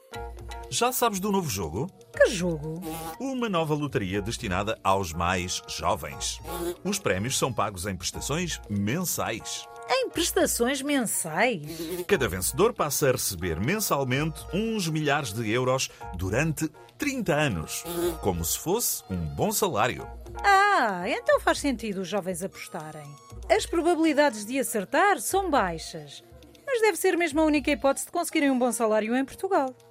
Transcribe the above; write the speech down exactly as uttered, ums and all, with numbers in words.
Já sabes do novo jogo? Que jogo? Uma nova lotaria destinada aos mais jovens. Os prémios são pagos em prestações mensais. Em prestações mensais? Cada vencedor passa a receber mensalmente uns milhares de euros durante trinta anos, como se fosse um bom salário. Ah, então faz sentido os jovens apostarem. As probabilidades de acertar são baixas, mas deve ser mesmo a única hipótese de conseguirem um bom salário em Portugal.